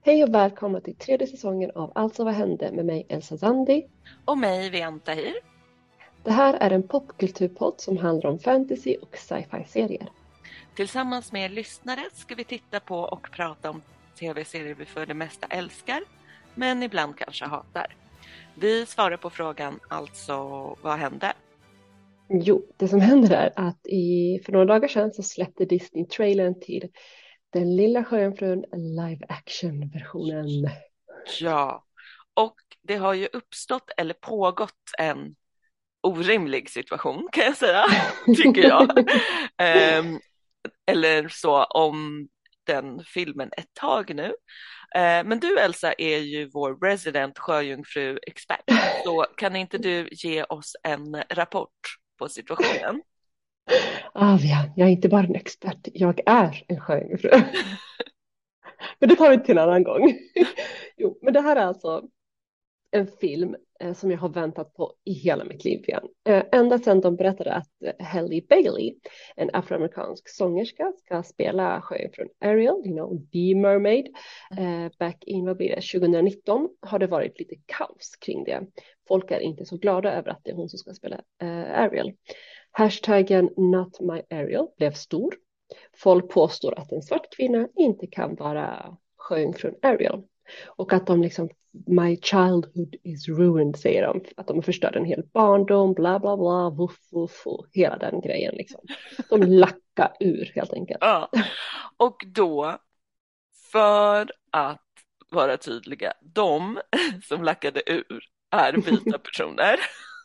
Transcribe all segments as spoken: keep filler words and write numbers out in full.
Hej och välkomna till tredje säsongen av Alltså vad hände med mig Elsa Zandi. Och mig, Vian Tahir. Det här är en popkulturpodd som handlar om fantasy och sci-fi-serier. Tillsammans med er lyssnare ska vi titta på och prata om tv-serier vi för det mesta älskar, men ibland kanske hatar. Vi svarar på frågan, alltså vad hände? Jo, det som händer är att i, för några dagar sedan så släppte Disney trailern till Den lilla sjöjungfrun live action-versionen. Ja, och det har ju uppstått eller pågått en orimlig situation kan jag säga, tycker jag. Ehm, eller så om den filmen ett tag nu. Eh, Men du Elsa är ju vår resident sjöjungfru-expert. Så kan inte du ge oss en rapport på situationen? Ah, ja, jag är inte bara en expert, jag är en sjöjungfru. Men det tar vi till en annan gång. Jo, men det här är alltså en film eh, som jag har väntat på i hela mitt liv igen. Eh, ända sedan de berättade att eh, Halle Bailey, en afroamerikansk sångerska, ska spela sjöjungfrun Ariel, you know, the mermaid, eh, back in, vad blir det, tjugonitton har det varit lite kaos kring det. Folk är inte så glada över att det är hon som ska spela eh, Ariel. Hashtaggen Not My Ariel blev stor. Folk påstår att en svart kvinna inte kan vara sjöjungfrun Ariel. Och att de liksom, my childhood is ruined, säger de. Att de har förstört en hel barndom, bla bla bla, wuff wuff, hela den grejen liksom. De lackar ur helt enkelt. Ja, och då, för att vara tydliga, de som lackade ur är vita personer.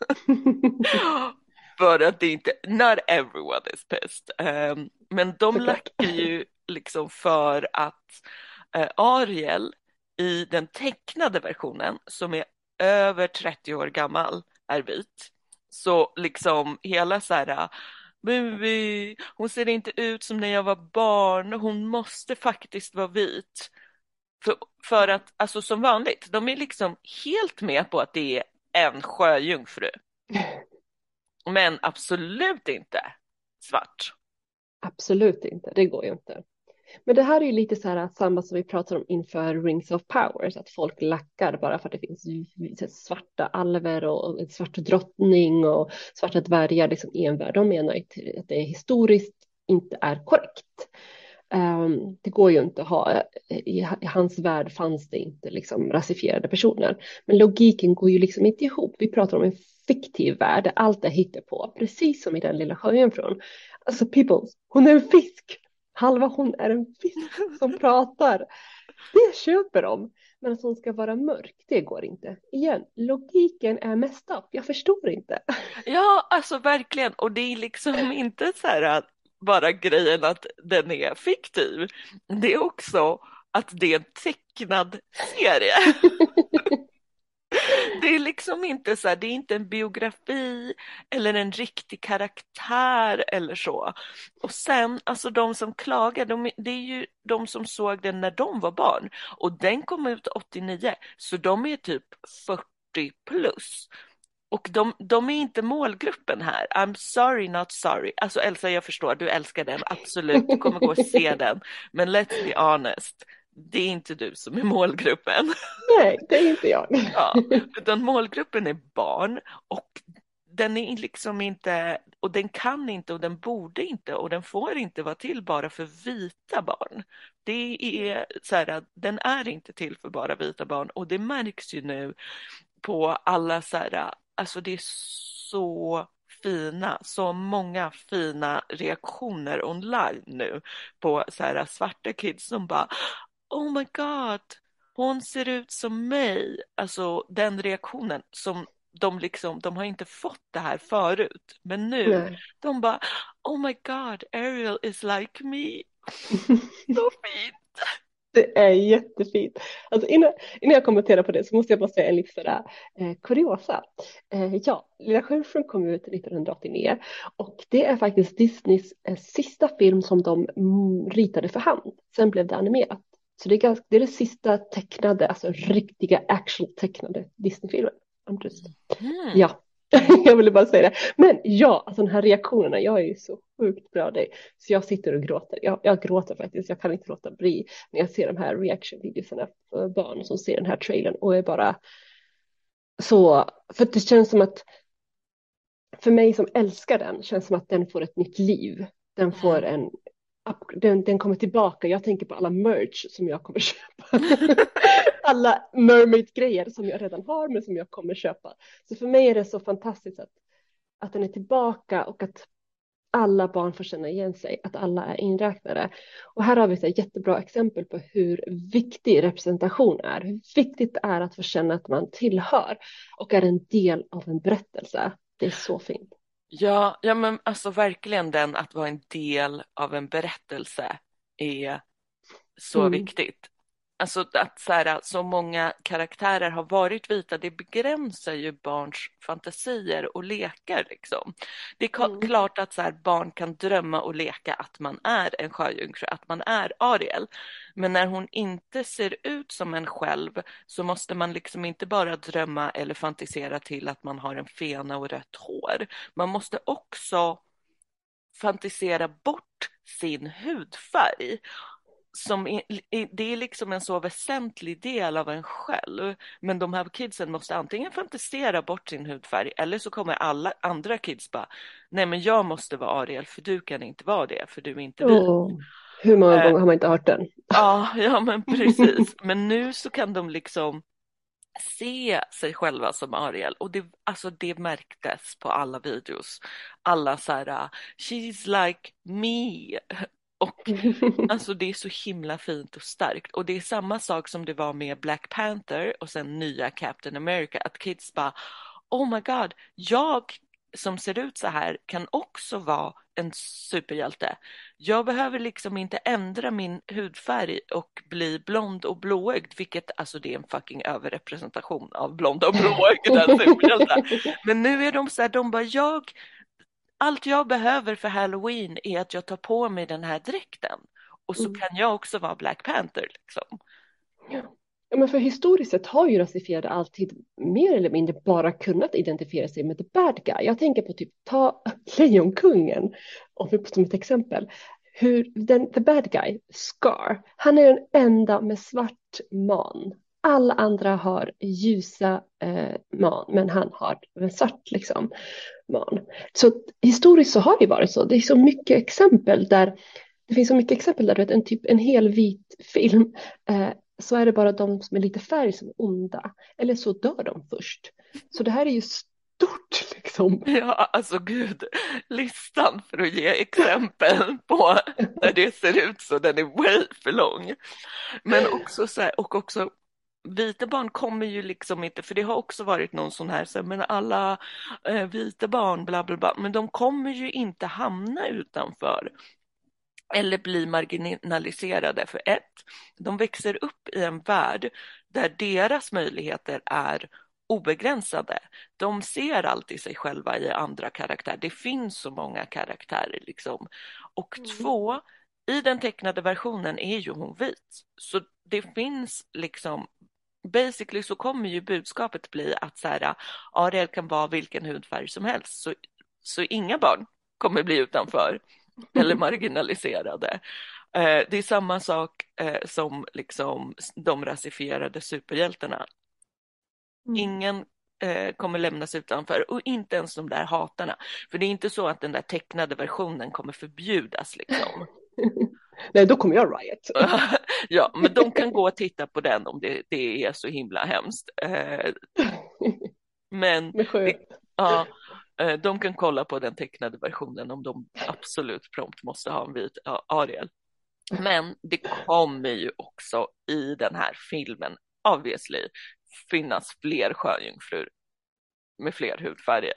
För att det inte, not everyone is pissed. Um, men de Såklart. lackar ju liksom för att uh, Ariel i den tecknade versionen som är över trettio år gammal är vit. Så liksom hela så här, Bubi, hon ser inte ut som när jag var barn, hon måste faktiskt vara vit. För, för att, alltså som vanligt, de är liksom helt med på att det är en sjöjungfru. Men absolut inte svart. Absolut inte, det går ju inte. Men det här är ju lite så här samma som vi pratar om inför Rings of Powers, att folk lackar bara för att det finns svarta alver och en svart drottning och svarta dvärgar liksom i en värld. De menar ju att det historiskt inte är korrekt. Um, det går ju inte att ha, i, i hans värld fanns det inte liksom rasifierade personer. Men logiken går ju liksom inte ihop. Vi pratar om en fiktiv värld där allt är hittepå, precis som i den lilla sjöjungfrun. Alltså people, hon är en fisk. Halva hon är en fisk som pratar. Det köper de. Men att hon ska vara mörk, det går inte. Igen, logiken är messed up. Jag förstår inte. Ja, alltså verkligen. Och det är liksom inte så här att bara grejen att den är fiktiv. Det är också att det är en tecknad serie. Det är liksom inte så här, det är inte en biografi eller en riktig karaktär eller så. Och sen, alltså de som klagar, de, det är ju de som såg den när de var barn. Och den kom ut åttionio, så de är typ fyrtio plus. Och de, de är inte målgruppen här. I'm sorry, not sorry. Alltså Elsa, jag förstår, du älskar den, absolut. Du kommer gå och se den. Men let's be honest, det är inte du som är målgruppen. Nej, det är inte jag. Ja, utan målgruppen är barn och den är liksom inte, och den kan inte och den borde inte och den får inte vara till bara för vita barn. Det är så här att den är inte till för bara vita barn och det märks ju nu på alla så här, alltså det är så fina, så många fina reaktioner online nu på så här svarta kids som bara oh my god, hon ser ut som mig. Alltså den reaktionen som de liksom, de har inte fått det här förut. Men nu, Nej. de bara oh my god, Ariel is like me. Så fint. Det är jättefint. Alltså innan, innan jag kommenterar på det så måste jag bara säga en lite sådär eh, kuriosa. Eh, ja, Lilla Sjöjungfrun kom ut nittonhundraåttionio och det är faktiskt Disneys eh, sista film som de mm, ritade för hand. Sen blev det animerat. Så det är, ganska, det är det sista tecknade, alltså riktiga actual tecknade Disney-filmen. I'm just- Mm. Ja. Jag ville bara säga det. Men ja, alltså de här reaktionerna, jag är ju så sjukt bra dig. Så jag sitter och gråter. Jag, jag gråter faktiskt, jag kan inte låta bli när jag ser de här reaction-videorna för barn som ser den här trailern och är bara så, för det känns som att för mig som älskar den känns som att den får ett nytt liv. Den får Mm. en, den, den kommer tillbaka. Jag tänker på alla merch som jag kommer köpa. Alla mermaid-grejer som jag redan har men som jag kommer köpa. Så för mig är det så fantastiskt att, att den är tillbaka och att alla barn får känna igen sig, att alla är inräknade. Och här har vi ett jättebra exempel på hur viktig representation är, hur viktigt det är att få känna att man tillhör och är en del av en berättelse. Det är så fint. Ja, ja, men alltså verkligen den att vara en del av en berättelse är så Mm. viktigt. Alltså att så, här, så många karaktärer har varit vita, det begränsar ju barns fantasier och lekar liksom. Det är ka- Mm. klart att så här, barn kan drömma och leka att man är en sjöjungfru, att man är Ariel. Men när hon inte ser ut som en själv så måste man liksom inte bara drömma eller fantisera till att man har en fena och rött hår. Man måste också fantisera bort sin hudfärg som är, det är liksom en så väsentlig del av en själv. Men de här kidsen måste antingen fantisera bort sin hudfärg eller så kommer alla andra kids bara, nej men jag måste vara Ariel för du kan inte vara det för du är inte vit. Åh, hur många Eh, gånger har man inte hört den? ja, ja men precis. Men nu så kan de liksom se sig själva som Ariel och det, alltså det märktes på alla videos. Alla så här, she's like me. Och alltså det är så himla fint och starkt. Och det är samma sak som det var med Black Panther och sen nya Captain America. Att kids bara, oh my god, jag som ser ut så här kan också vara en superhjälte. Jag behöver liksom inte ändra min hudfärg och bli blond och blåögd, vilket alltså det är en fucking överrepresentation av blonda och blåögda superhjältar. Men nu är de så här, de bara, jag allt jag behöver för Halloween är att jag tar på mig den här dräkten. Och så Mm. kan jag också vara Black Panther liksom. Ja, men för historiskt sett har ju rasifierade alltid mer eller mindre bara kunnat identifiera sig med the bad guy. Jag tänker på typ, ta Lejonkungen om vi som ett exempel. Hur den, the bad guy, Scar, han är den enda med svart man. Alla andra har ljusa eh, man, men han har en svart liksom, man. Så historiskt så har det varit så. Det är så mycket exempel där det finns så mycket exempel där du vet, en, typ, en hel vit film eh, så är det bara de som är lite färg som är onda. Eller så dör de först. Så det här är ju stort liksom. Ja, alltså gud, listan för att ge exempel på när det ser ut så, den är way för lång. Men också så här, och också vita barn kommer ju liksom inte, för det har också varit någon sån här, så här, men alla eh, vita barn bla bla bla, men de kommer ju inte hamna utanför eller bli marginaliserade. För ett, de växer upp i en värld där deras möjligheter är obegränsade. De ser alltid sig själva i andra karaktärer. Det finns så många karaktärer liksom. Och Mm. två, i den tecknade versionen är ju hon vit. Så det finns liksom, basically så kommer ju budskapet bli att så här, Ariel kan vara vilken hudfärg som helst. Så, så inga barn kommer bli utanför eller marginaliserade. Eh, det är samma sak eh, som liksom de rasifierade superhjältarna. Mm. Ingen eh, kommer lämnas utanför och inte ens de där hatarna. För det är inte så att den där tecknade versionen kommer förbjudas liksom. Nej, då kommer jag riot. Ja, men de kan gå och titta på den om det, det är så himla hemskt. Eh, men Med sjö. det, ja, eh, de kan kolla på den tecknade versionen om de absolut prompt måste ha en vit ja, Ariel. Men det kommer ju också i den här filmen obviously finnas fler sjöjungfrur med fler hudfärger.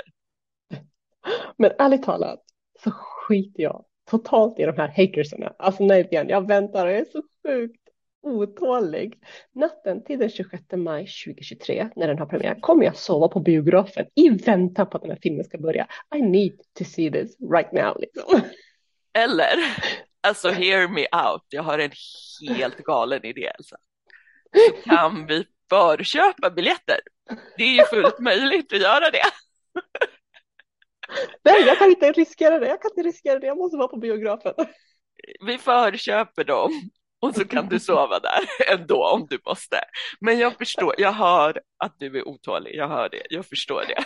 Men ärligt talat så skiter jag totalt i de här hatersarna. Alltså nej igen, jag väntar och jag är så sjukt otålig. Natten till den tjugosjätte maj tjugohundratjugotre när den har premiär kommer jag sova på biografen i väntan på att den här filmen ska börja. I need to see this right now liksom. Eller, alltså hear me out, jag har en helt galen idé Elsa. Så kan vi förköpa biljetter. Det är ju fullt möjligt att göra det. Nej, jag kan inte riskera det. Jag kan inte riskera det. Jag måste vara på biografen. Vi förköper dem och så kan du sova där ändå om du måste. Men jag förstår, jag hör att du är otålig. Jag hör det, jag förstår det.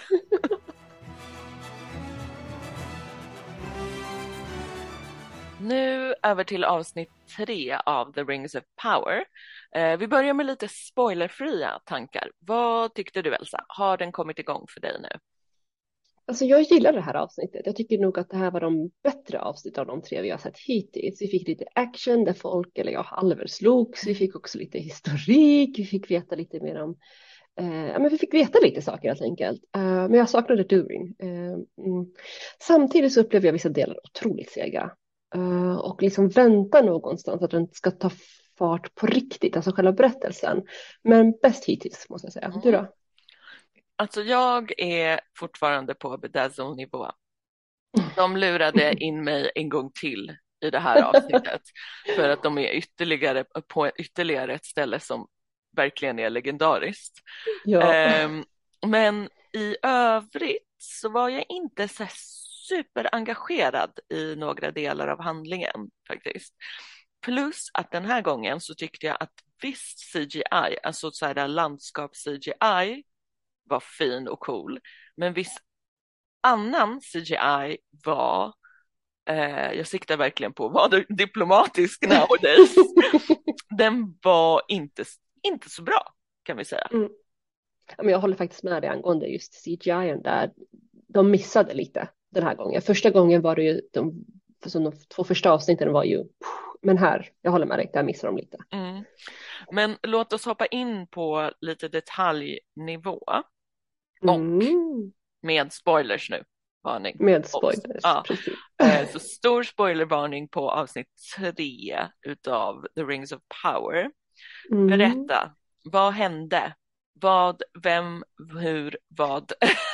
Nu över till avsnitt tre av The Rings of Power. Eh, vi börjar med lite spoilerfria tankar. Vad tyckte du, Elsa? Har den kommit igång för dig nu? Alltså jag gillar det här avsnittet. Jag tycker nog att det här var de bättre avsnitt av de tre vi har sett hittills. Vi fick lite action där folk, eller ja, halvor slogs. Vi fick också lite historik. Vi fick veta lite mer om, eh, ja men vi fick veta lite saker helt enkelt. Eh, men jag saknade Durin. Eh, mm. Samtidigt så upplever jag vissa delar otroligt sega. Eh, och liksom vänta någonstans att den ska ta fart på riktigt, alltså själva berättelsen. Men bäst hittills måste jag säga. Du Mm. då? Alltså jag är fortfarande på bedazzle-nivå. De lurade in mig en gång till i det här avsnittet för att de är ytterligare på ytterligare ett ställe som verkligen är legendariskt. Ja. Um, men i övrigt så var jag inte så superengagerad i några delar av handlingen faktiskt. Plus att den här gången så tyckte jag att visst C G I, alltså så här landskaps-C G I var fin och cool, men viss annan C G I var, eh, jag siktar verkligen på att vara diplomatisk nowadays, den var inte, inte så bra kan vi säga. Mm. Ja, men jag håller faktiskt med dig angående just C G I där. De missade lite den här gången. Första gången var det ju, de, för de två första avsnitten var ju, men här, jag håller med dig, där missar de lite. Mm. Men låt oss hoppa in på lite detaljnivå. Och Mm. med spoilers nu. Varning. Med spoilers, ja. precis. Så stor spoilervarning på avsnitt tre utav The Rings of Power. Mm. Berätta, vad hände? Vad, vem, hur, vad?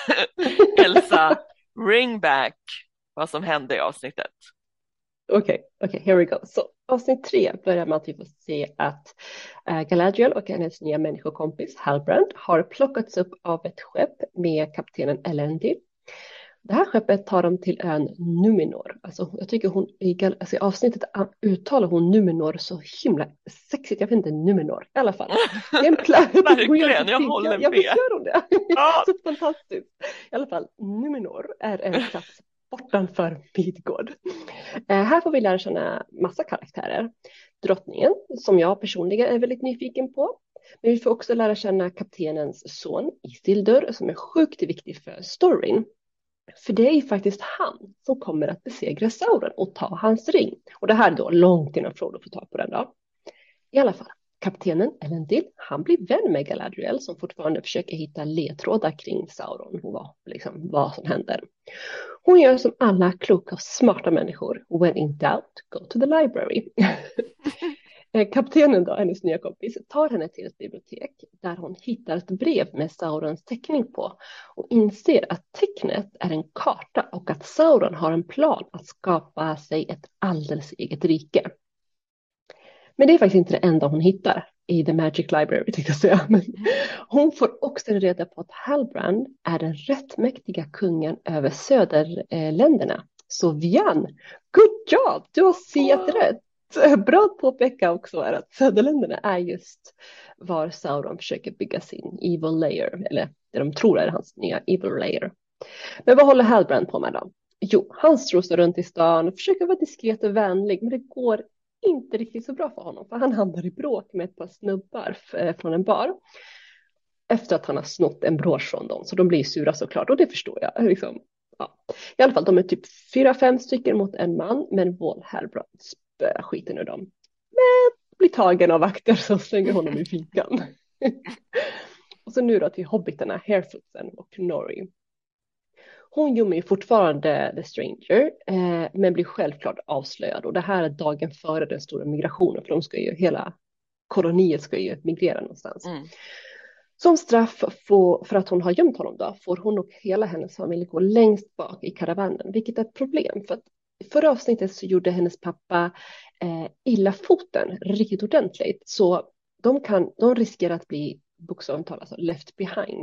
Elsa, ring back vad som hände i avsnittet. Okej, okay, okej, okay, here we go. Så avsnitt tre börjar med att vi får se att uh, Galadriel och hennes nya människokompis Halbrand har plockats upp av ett skepp med kaptenen Elendil. Det här skeppet tar dem till ön Numenor. Alltså, jag tycker hon i, alltså, i avsnittet uttalar hon Numenor så himla sexigt. Jag vet inte, Numenor i alla fall. Det är en plats. Verkligen, jag håller jag, med. Jag visst gör hon det. Ja. Så fantastiskt. I alla fall, Numenor är en plats bortanför Midgård. Eh, här får vi lära känna massa karaktärer. Drottningen, som jag personligen är väldigt nyfiken på. Men vi får också lära känna kaptenens son Isildur, som är sjukt viktig för storyn. För det är ju faktiskt han som kommer att besegra Sauron och ta hans ring. Och det här är då långt innan Frodo får ta på den då. I alla fall, kaptenen Elendil, han blir vän med Galadriel som fortfarande försöker hitta ledtrådar kring Sauron och vad, liksom, vad som händer. Hon gör som alla kloka och smarta människor. When in doubt, go to the library. Kaptenen då, hennes nya kompis, tar henne till ett bibliotek där hon hittar ett brev med Saurons teckning på och inser att tecknet är en karta och att Sauron har en plan att skapa sig ett alldeles eget rike. Men det är faktiskt inte det enda hon hittar i The Magic Library, tänkte jag säga. Men hon får också reda på att Halbrand är den rättmäktiga kungen över söderländerna. Så Vian, good job! Du har siat rätt. Bra att påpeka också är att söderländerna är just var Sauron försöker bygga sin evil layer, eller det de tror är hans nya evil layer. Men vad håller Halbrand på med då? Jo, han strosar runt i stan och försöker vara diskret och vänlig, men det går inte riktigt så bra för honom, för han hamnar i bråk med ett par snubbar från en bar efter att han har snott en brosch från dem, så de blir sura såklart, och det förstår jag liksom. Ja. I alla fall, de är typ fyra, fem stycken mot en man, men Wall Halbrand spöar skiten ur dem. Men blir tagen av vakter som slänger honom i fikan. Och så nu då till hobbiterna, Harefootsen och Nori. Hon gömmer ju fortfarande The Stranger, eh, men blir självklart avslöjad. Och det här är dagen före den stora migrationen, för de ska ju, hela koloniet ska ju migrera någonstans. Mm. Som straff för, för att hon har gömt honom då, får hon och hela hennes familj gå längst bak i karavanen, vilket är ett problem. För att i förra avsnittet så gjorde hennes pappa eh, illa foten riktigt ordentligt, så de, kan, de riskerar att bli bokstavligt talat alltså left behind.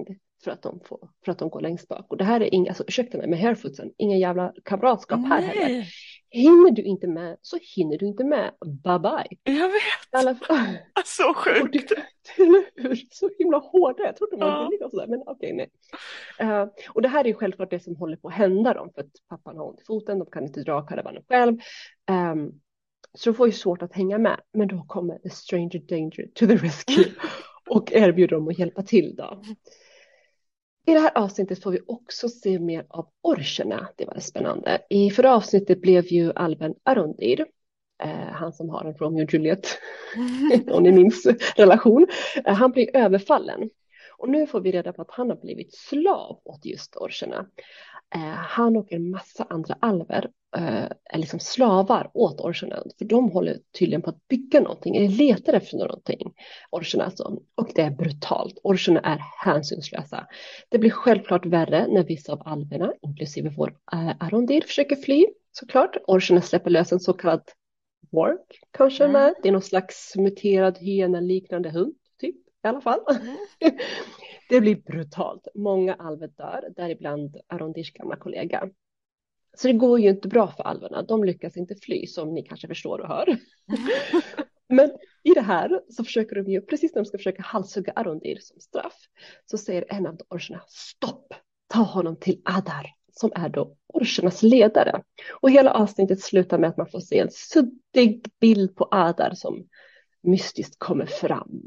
för att de får, för att de går längst bak. Och det här är inga, alltså ursäkta mig, med Harefootsen, ingen jävla kamratskap här heller. Nej, Hinner du inte med så hinner du inte med. Bye bye. jag I vet. alla fall. Så Och det, sjukt. eller hur? Så himla hårda. Jag trodde de var Ja. gulliga och sådär, men okej, nej. Uh, och det här är ju självklart det som håller på att hända dem, för att pappan har ont i foten, de kan inte dra karavanen själv. Um, så de får ju svårt att hänga med, men då kommer the stranger danger to the rescue och erbjuder dem att hjälpa till då. I det här avsnittet får vi också se mer av orcherna. Det var spännande. I förra avsnittet blev ju Alben Arondir, eh, han som har en Romeo och Juliet, om ni minns relation, eh, han blir överfallen. Och nu får vi reda på att han har blivit slav åt just orcherna. Eh, han och en massa andra alver eh, är liksom slavar åt orcherna. För de håller tydligen på att bygga någonting, eller letar efter någonting. Orcherna alltså. Och det är brutalt. Orcherna är hänsynslösa. Det blir självklart värre när vissa av alverna, inklusive vår eh, Arondir, försöker fly. Såklart. Orcherna släpper lös en så kallad work, kanske Mm. med. Det är någon slags muterad hyena-liknande hund, typ. I alla fall. Mm. Det blir brutalt. Många alver dör, däribland Arondirs gamla kollega. Så det går ju inte bra för alverna. De lyckas inte fly, som ni kanske förstår och hör. Men i det här så försöker de ju, precis när de ska försöka halshugga Arondir som straff, så säger en av orcherna stopp, ta honom till Adar, som är då orchernas ledare. Och hela avsnittet slutar med att man får se en suddig bild på Adar som mystiskt kommer fram.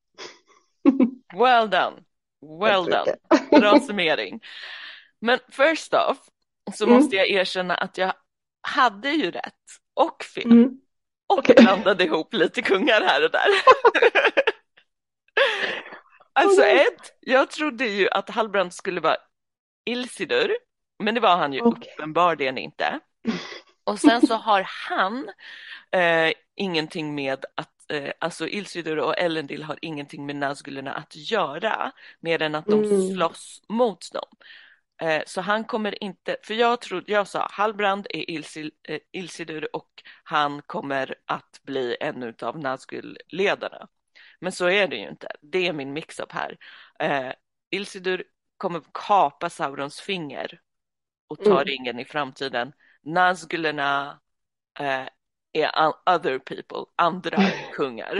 Well done. Well done. Bra summering. Men first off så Mm. måste jag erkänna att jag hade ju rätt och fel. Mm. Och Okej. blandade ihop lite kungar här och där. Alltså Okej. ett, jag trodde ju att Halbrand skulle vara Ilsidur, men det var han ju Okej. uppenbarligen inte. Och sen så har han eh, ingenting med att, eh, alltså Ilsidur och Elendil har ingenting med Nazgulerna att göra, mer än att de Mm. slåss mot dem. Eh, så han kommer inte, för jag trodde, jag sa Halbrand är Ilsil, eh, Ilsidur och han kommer att bli en av Nazgul-ledarna. Men så är det ju inte. Det är min mix-up här. Eh, Ilsidur kommer kapa Saurons finger och ta Mm. ringen i framtiden. Nazgulerna eh, är other people, andra kungar.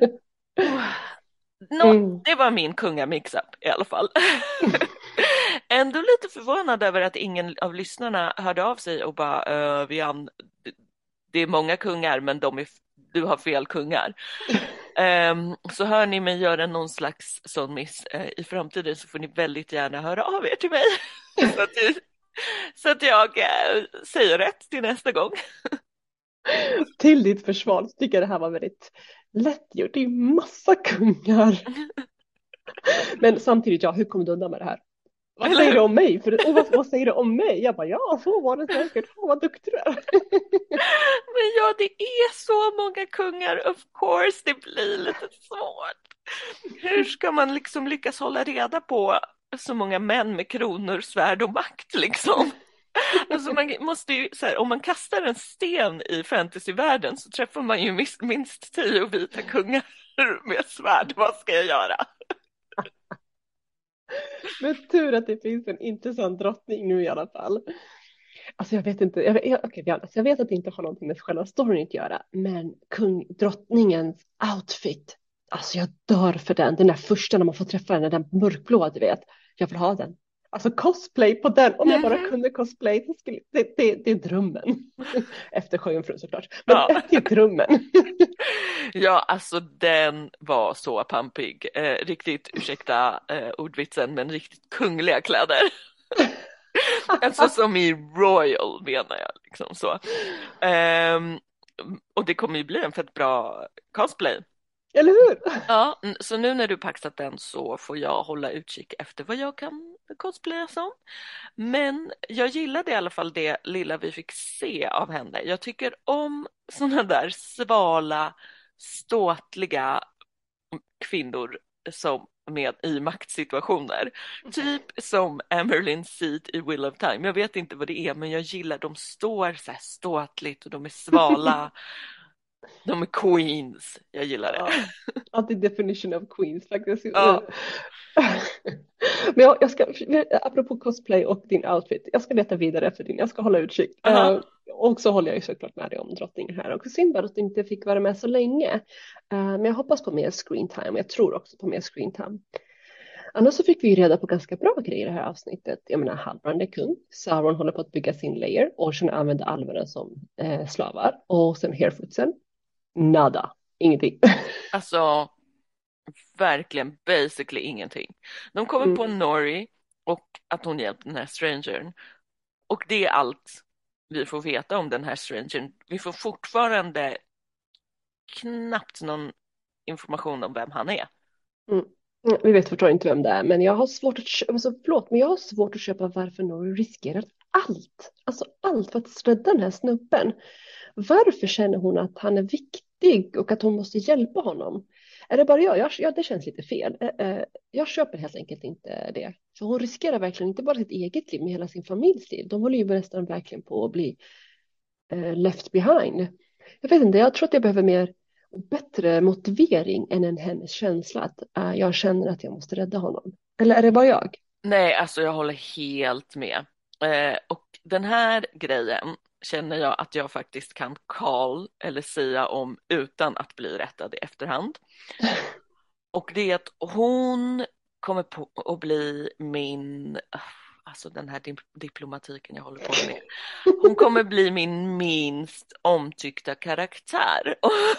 Nå, Mm. det var min kungamix-up i alla fall. Ändå lite förvånad över att ingen av lyssnarna hörde av sig och bara, uh, Vian, det är många kungar men de är, du har fel kungar. Um, så hör ni mig göra någon slags sån miss uh, i framtiden så får ni väldigt gärna höra av er till mig. så, att, så att jag uh, säger rätt till nästa gång. Till ditt försvar så tycker jag det här var väldigt lättgjort. Det är massa kungar. Men samtidigt, ja, hur kom du undan med det här? Vad Eller säger hur? du om mig? För, och vad, vad säger du om mig? Jag bara, ja, så var det säkert. Fan, vad duktig du är. Men ja, det är så många kungar, of course, det blir lite svårt. Hur ska man liksom lyckas hålla reda på så många män med kronor, svärd och makt liksom? Alltså man måste ju, så här, om man kastar en sten i fantasyvärlden så träffar man ju minst, minst tio vita kungar med svärd. Vad ska jag göra? Men tur att det finns en intressant drottning nu i alla fall. Alltså jag vet inte, jag vet, jag, okay, alltså jag vet att det inte har någonting med själva storyn att göra, men kung, drottningens outfit, alltså jag dör för den, den där första när man får träffa den, den mörkblåa, du vet, jag vill ha den. Alltså cosplay på den, om jag bara Mhm. kunde cosplay, så skulle, det, det, det är drömmen. Efter Sjöjungfrun såklart, men Ja. det är drömmen. Ja, alltså den var så pampig. Eh, riktigt, ursäkta eh, ordvitsen, men riktigt kungliga kläder. Alltså som i royal menar jag. Liksom så. Ehm, och det kommer ju bli en fett bra cosplay. Eller hur? Ja, n- så nu när du paxat den så får jag hålla utkik efter vad jag kan cosplaya som. Men jag gillade i alla fall det lilla vi fick se av henne. Jag tycker om såna där svala, ståtliga kvinnor som med i maktsituationer. Typ som Amerlyn Seed i Wheel of Time. Jag vet inte vad det är, men jag gillar de står så här ståtligt och de är svala. De är queens. Jag gillar det. Ja, anti-definition of queens faktiskt. Ja. Men jag, jag ska, apropå cosplay och din outfit, jag ska leta vidare efter din, jag ska hålla utkik. Aha. Uh, och så håller jag ju såklart med dig om drottningen här. Och synd bara att du inte fick vara med så länge. Uh, men jag hoppas på mer screen time, jag tror också på mer screen time. Annars så fick vi ju reda på ganska bra grejer i det här avsnittet. Jag menar, Halbrand är kung, Sauron håller på att bygga sin layer, Orchen använder alverna som eh, slavar. Och sen Harefootsen, nada, ingenting. Alltså, verkligen basically ingenting. De kommer på Mm. Nori och att hon hjälpt den här strangern. Och det är allt vi får veta om den här strangern. Vi får fortfarande knappt någon information om vem han är. Mm. Mm, vi vet förstås inte vem det är, men jag har svårt att köpa, alltså, förlåt, men jag har svårt att köpa varför Nori riskerar allt, alltså allt för att rädda den här snubben. Varför känner hon att han är viktig och att hon måste hjälpa honom? Är det bara jag? jag ja, det känns lite fel. Eh, eh, Jag köper helt enkelt inte det. För hon riskerar verkligen inte bara sitt eget liv, men hela sin familjs liv. De håller ju nästan verkligen på att bli eh, left behind. Jag vet inte, jag tror att jag behöver mer och bättre motivering än en hennes känsla att eh, jag känner att jag måste rädda honom. Eller är det bara jag? Nej, alltså jag håller helt med. Eh, och den här grejen känner jag att jag faktiskt kan call eller säga om utan att bli rättad i efterhand. Och det är att hon kommer på att bli min, alltså den här dip- diplomatiken jag håller på med. Hon kommer bli min minst omtyckta karaktär.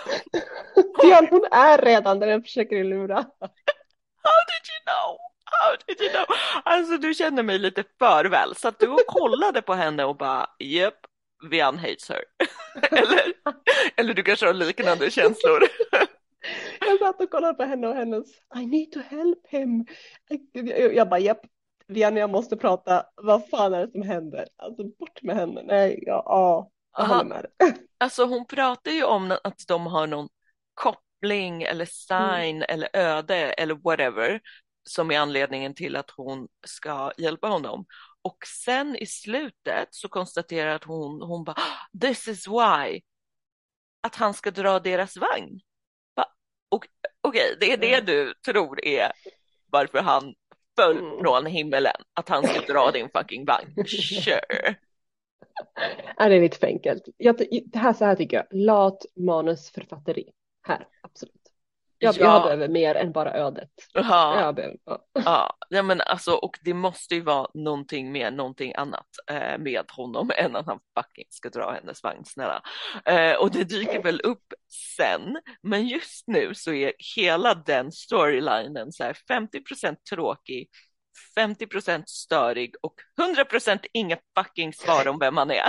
Dion, hon är redan där jag försöker lura. How did you know? How did you know? Alltså du känner mig lite för väl. Så att du kollade på henne och bara, yep, Vian hates her. eller, eller du kanske har liknande känslor. Jag satt och kollade på henne och hennes I need to help him. Jag, jag bara, japp, Vianney, jag måste prata. Vad fan är det som händer? Alltså bort med henne. Nej, ja, ja, jag håller Aha, med dig. alltså hon pratar ju om att de har någon koppling eller Mm. sign eller öde eller whatever som är anledningen till att hon ska hjälpa honom. Och sen i slutet så konstaterar att hon, hon bara, this is why, att han ska dra deras vagn. Va? Och, okej, det är det du tror är varför han föll Mm. från himmelen, att han ska dra din fucking vagn. Sure. Ja, det är lite för enkelt. Jag, det här, så här tycker jag. Lat manusförfatteri. Här, absolut. Jag, jag Ja, behöver mer än bara ödet. aha. Jag behöver, ja. Ja, ja, men alltså, och det måste ju vara någonting med någonting annat eh, med honom än att han fucking ska dra hennes vagn, snälla. Eh, och det dyker väl upp sen, men just nu så är hela den storylinen så här femtio procent tråkig, femtio procent störig och hundra procent inga fucking svar om vem han är.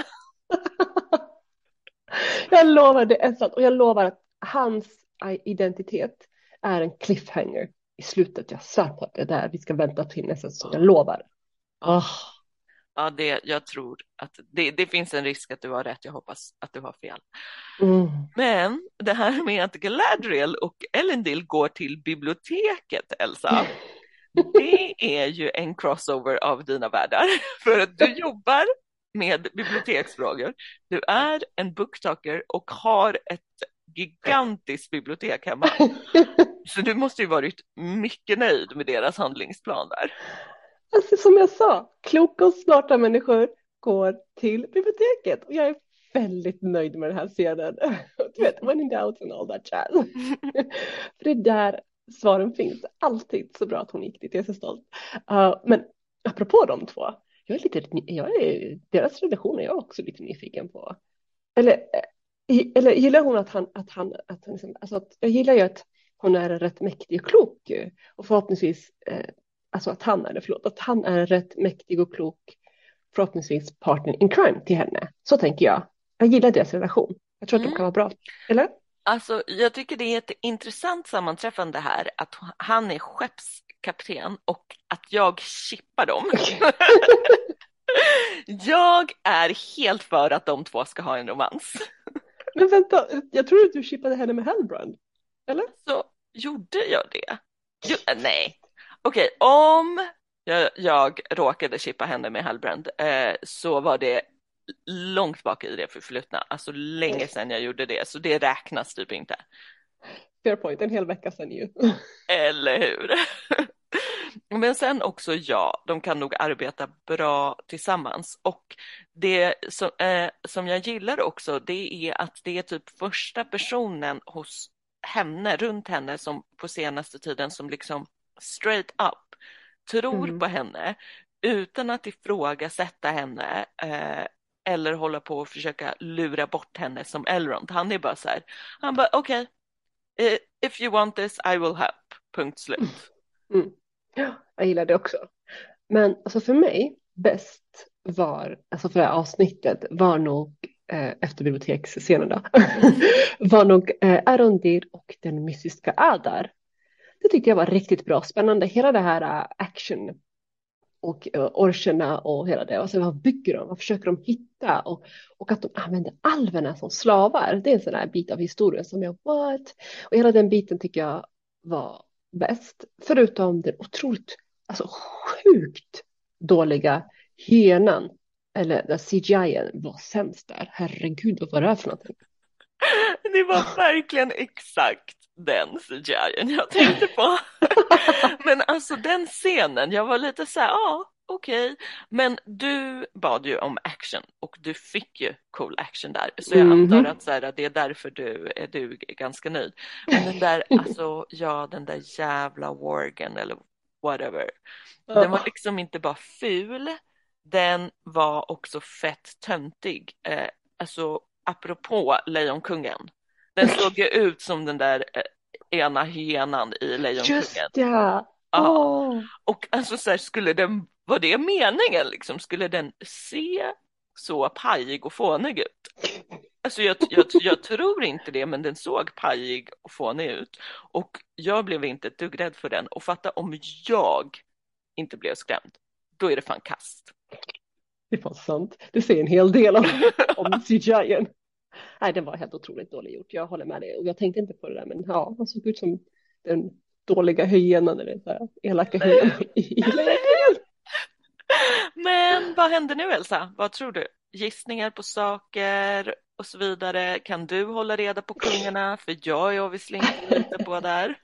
Jag lovar, det är sant. Och jag lovar att hans identitet är en cliffhanger i slutet. Jag svär på att det är där vi ska vänta till nästa säsong. Jag lovar. Oh, Oh. ja, det, jag tror att det, det finns en risk att du har rätt. Jag hoppas att du har fel. Mm. Men det här med att Galadriel och Elendil går till biblioteket, Elsa, det är ju en crossover av dina världar. För att du jobbar med biblioteksfrågor. Du är en booktalker och har ett gigantiskt bibliotek hemma. Så du måste ju varit mycket nöjd med deras handlingsplan där. Alltså, som jag sa, kloka och smarta människor går till biblioteket. Och jag är väldigt nöjd med den här scenen. Du vet, when in doubt and all that jazz. För det är där svaren finns. Alltid så bra att hon gick dit, jag är så stolt. Uh, men apropå de två, jag är lite, jag är, deras relation är jag också lite nyfiken på. Eller, eh, eller gillar hon att han, att han, att han liksom, alltså att, jag gillar ju att hon är rätt mäktig och klok ju. Och förhoppningsvis, eh, alltså att han är det, förlåt, att han är rätt mäktig och klok, förhoppningsvis partner in crime till henne. Så tänker jag. Jag gillar deras relation. Jag tror att de Mm. kan vara bra. Eller? Alltså, jag tycker det är ett intressant sammanträffande här att han är skeppskapten och att jag chippar dem. Jag är helt för att de två ska ha en romans. Men vänta, jag tror att du chippade henne med Halbrand. Eller? Så gjorde jag det? Jo, nej. Okej, om jag, jag råkade chippa henne med Halbrand eh, så var det långt bak i det förflutna. Alltså länge sedan jag gjorde det, så det räknas typ inte. Fair point, en hel vecka sedan ju. Eller hur? Men sen också ja, de kan nog arbeta bra tillsammans. Och det som, eh, som jag gillar också, det är att det är typ första personen hos henne, runt henne, som på senaste tiden som liksom straight up tror på Mm. henne utan att ifrågasätta henne eh, eller hålla på och försöka lura bort henne som Elrond. Han är bara så här, han bara okej, okay, if you want this I will help, punkt slut. Mm. Ja, jag gillar det också. Men alltså för mig, bäst var, alltså för det här avsnittet, var nog eh, efter biblioteksscenen då, var nog eh, Arondir och den mystiska Adar. Det tyckte jag var riktigt bra, spännande. Hela det här uh, action och uh, orcherna och hela det. Och så vad bygger de? Vad försöker de hitta? Och, och att de använder alverna som slavar. Det är en sån här bit av historien som jag, what? Och hela den biten tycker jag var bäst. Förutom den otroligt, alltså sjukt dåliga hyenan. Eller där C G I var sämst där. Herregud, vad var det här för någonting? Det var verkligen exakt den C G I jag tänkte på. Men alltså den scenen, jag var lite så här, ja, ah, okej. Okay. Men du bad ju om action och du fick ju cool action där. Så jag Mm-hmm. antar att så här, det är därför du är, du är ganska nöjd. Men den där, alltså, ja, den där jävla Worgen eller whatever. Den var liksom inte bara ful, den var också fett töntig. Eh, alltså, apropå Lejonkungen. Den såg ju ut som den där eh, ena hyenan i Lejonkungen. Just ja! Ja. Oh. Och alltså så här, skulle den, var det meningen liksom? Skulle den se så pajig och fånig ut? Alltså jag, jag, jag tror inte det, men den såg pajig och fånig ut. Och jag blev inte ett dugg rädd för den. Och fatta om jag inte blev skrämd, då är det fan kast. Det är fan sant. Det säger en hel del om, om C G I. Nej, den var helt otroligt dåligt gjort. Jag håller med dig. Och jag tänkte inte på det där, men ja, han såg ut som den dåliga hyenan eller så här, elaka hyenan i Lejonkungen. Men vad händer nu, Elsa? Vad tror du? Gissningar på saker och så vidare. Kan du hålla reda på kungarna? För jag är obviously inte lite på där.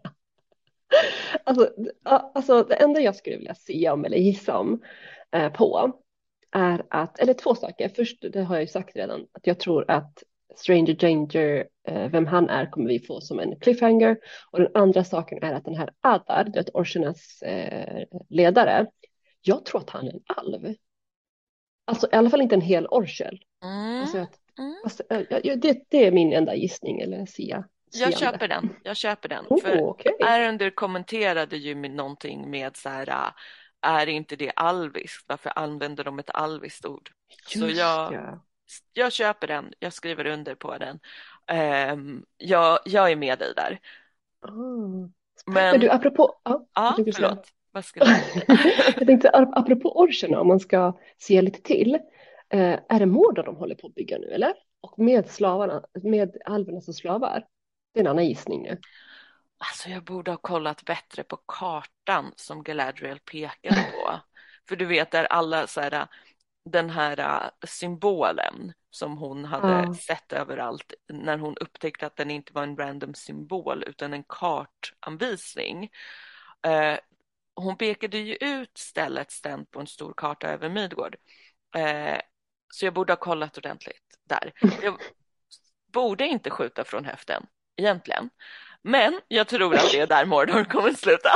Alltså, alltså, det enda jag skulle vilja se om eller gissa om eh, på är att, eller två saker. Först, det har jag ju sagt redan, att jag tror att Stranger Danger, eh, vem han är, kommer vi få som en cliffhanger. Och den andra saken är att den här Adar, det är Orchernas eh, ledare, jag tror att han är en alv. Alltså i alla fall inte en hel orchel. Mm. Alltså, att, Mm. alltså, det, det är min enda gissning, eller sia. Jag köper den, jag köper den. Oh, För okay. Arender kommenterade ju med någonting med så här, är inte det alviskt? Varför använder de ett alviskt ord? Just så jag, ja. jag köper den, jag skriver under på den. Um, jag, jag är med dig där. Oh. Men, Men du, apropå... Ja, ja, jag förlåt. säga. Vad skulle jag säga? Jag tänkte, apropå orcherna, om man ska se lite till. Eh, är det Mordor de håller på att bygga nu, eller? Och med slavarna, med alverna som slavar? Det är en annan gissning nu. Alltså jag borde ha kollat bättre på kartan som Galadriel pekade på. För du vet, där alla så här, den här symbolen som hon hade Ah. sett överallt när hon upptäckte att den inte var en random symbol utan en kartanvisning. Eh, hon pekade ju ut stället stämt på en stor karta över Midgård. Eh, så jag borde ha kollat ordentligt där. Jag borde inte skjuta från höften egentligen. Men jag tror att det är där Mordor kommer att sluta.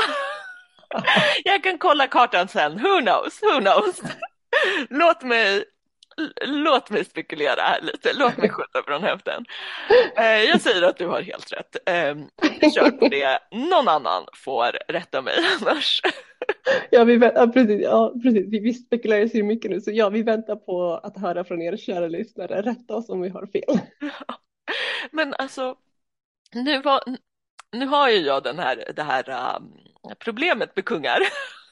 Jag kan kolla kartan sen. Who knows? Who knows? Låt mig, låt mig spekulera här lite. Låt mig skjuta från höften. Jag säger att du har helt rätt. Jag kör på det. Någon annan får rätta mig annars. Ja, vi, ja, precis, ja, precis. Vi, vi spekulerar så mycket nu. Så ja, vi väntar på att höra från er kära lyssnare. Rätta oss om vi har fel. Men alltså, nu, var, nu har ju jag den här, det här um, problemet med kungar.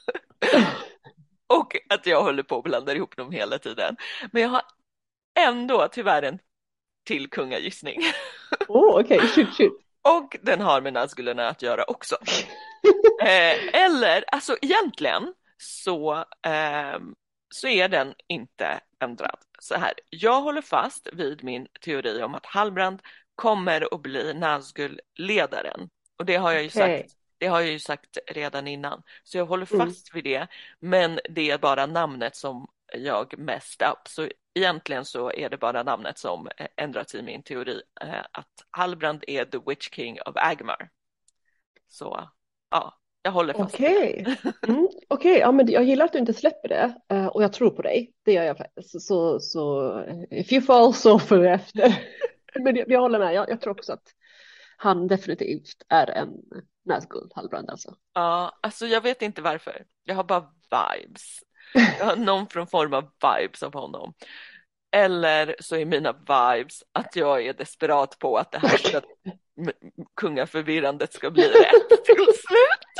Och att jag håller på att blanda ihop dem hela tiden. Men jag har ändå tyvärr en till kungagissning. Oh, okej, okay. shoot, shoot. Och den har med Nazgûlorna att göra också. eh, eller, alltså egentligen så, eh, så är den inte ändrad. Så här, jag håller fast vid min teori om att Halbrand kommer att bli Nazgûl-ledaren. Och det har jag ju Okay. sagt Det har jag ju sagt redan innan, så jag håller Mm. fast vid det. Men det är bara namnet som jag messed up. Så egentligen så är det bara namnet som ändrats i min teori. Eh, att Halbrand är the Witch King of Agmar. Så ja, jag håller fast vid Okej, det. mm. Okej, ja, men jag gillar att du inte släpper det eh, och jag tror på dig. Det gör jag faktiskt. Så, så, så eh, if you fall så för efter. Men jag, jag håller med, jag, jag tror också att han definitivt är en Nazgul, Halbrand alltså. Ja, alltså jag vet inte varför. Jag har bara vibes. Jag har någon från form av vibes av honom. Eller så är mina vibes att jag är desperat på att det här ska, kungaförvirrandet ska bli rätt till slut.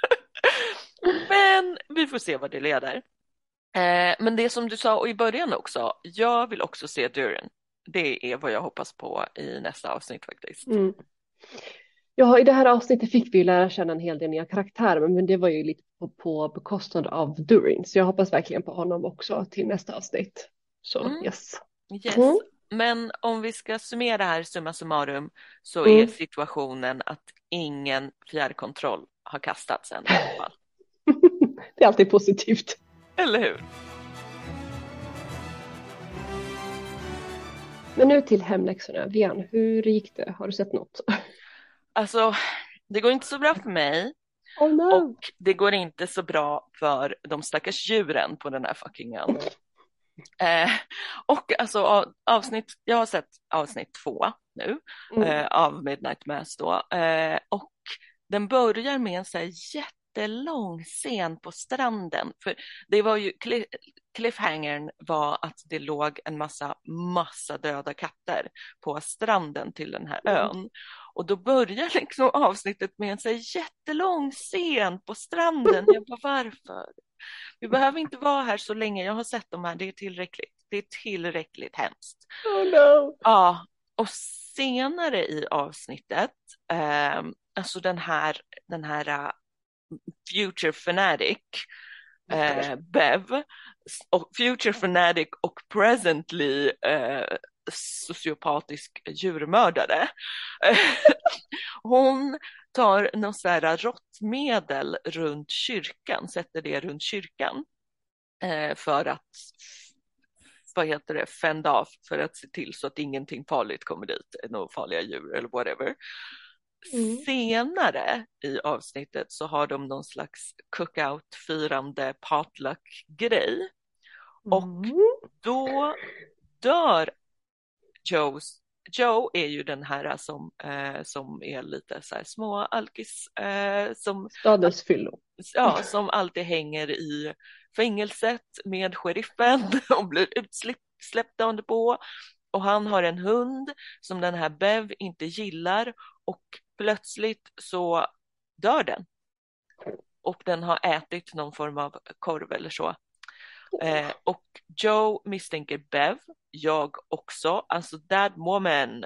Men vi får se vad det leder. Eh, men det som du sa i början också, jag vill också se Durin. Det är vad jag hoppas på i nästa avsnitt faktiskt. Mm. Ja, i det här avsnittet fick vi ju lära känna en hel del nya karaktärer, men det var ju lite på, på bekostnad av Durin, så jag hoppas verkligen på honom också till nästa avsnitt. Så Mm, yes. yes. Mm. Men om vi ska summera här summa summarum så Mm. är situationen att ingen fjärrkontroll har kastats än i alla fall. Det är alltid positivt. Eller hur? Men nu till hemläxorna. Vian, hur gick det? Har du sett något? Alltså, det går inte så bra för mig. Oh no. Och det går inte så bra för de stackars djuren på den här fucking ön. Eh, och alltså avsnitt, jag har sett avsnitt två nu Mm. eh, av Midnight Mass då. Eh, och den börjar med en så här jättelång scen på stranden. För det var ju, cliffhangern var att det låg en massa, massa döda katter på stranden till den här ön. Och då börjar liksom avsnittet med en så här jättelång scen på stranden. Jag bara, varför? Vi behöver inte vara här så länge. Jag har sett de här, det är tillräckligt. Det är tillräckligt hemskt. Oh no. Ja, och senare i avsnittet, eh, alltså den här, den här uh, Future Fanatic, eh, Bev, och Future Fanatic och presently eh, sociopatisk djurmördare. Hon tar något så här råttmedel runt kyrkan, sätter det runt kyrkan eh, för att vad heter det, fend off, för att se till så att ingenting farligt kommer dit, några farliga djur eller whatever. Mm. Senare i avsnittet så har de någon slags cookout-firande potluck-grej. Mm. Och då dör Joes Joe är ju den här som, eh, som är lite så här små alkis eh, som, Stadens fyllo. Ja, som alltid hänger i fängelset med sheriffen och blir utsläppt under på. Och han har en hund som den här Bev inte gillar och plötsligt så dör den. Och den har ätit någon form av korv eller så. Eh, och Joe misstänker Bev, jag också. Alltså that woman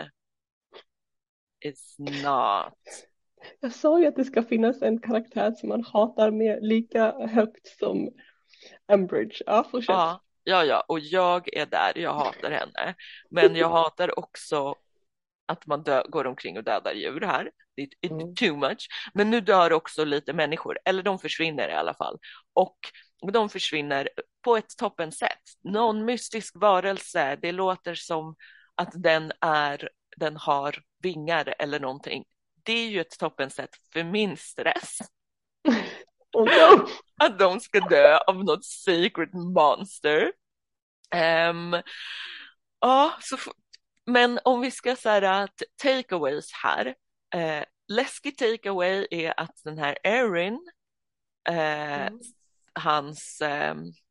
is not. Jag sa ju att det ska finnas en karaktär som man hatar med lika högt som Umbridge. Ja, fortsätt. Ja, ja, ja, och jag är där, jag hatar henne. Men jag hatar också att man dö- går omkring och dödar djur här. Det är mm. too much. Men nu dör också lite människor, eller de försvinner i alla fall. Och de försvinner på ett toppen sätt. Någon mystisk varelse, det låter som att den är, den har vingar eller någonting. Det är ju ett toppen sätt för min stress. Oh no. Att de ska dö av något secret monster. Um, ja, så f- men om vi ska säga takeaways här. Eh, läskig takeaway är att den här Erin, eh, mm. hans eh,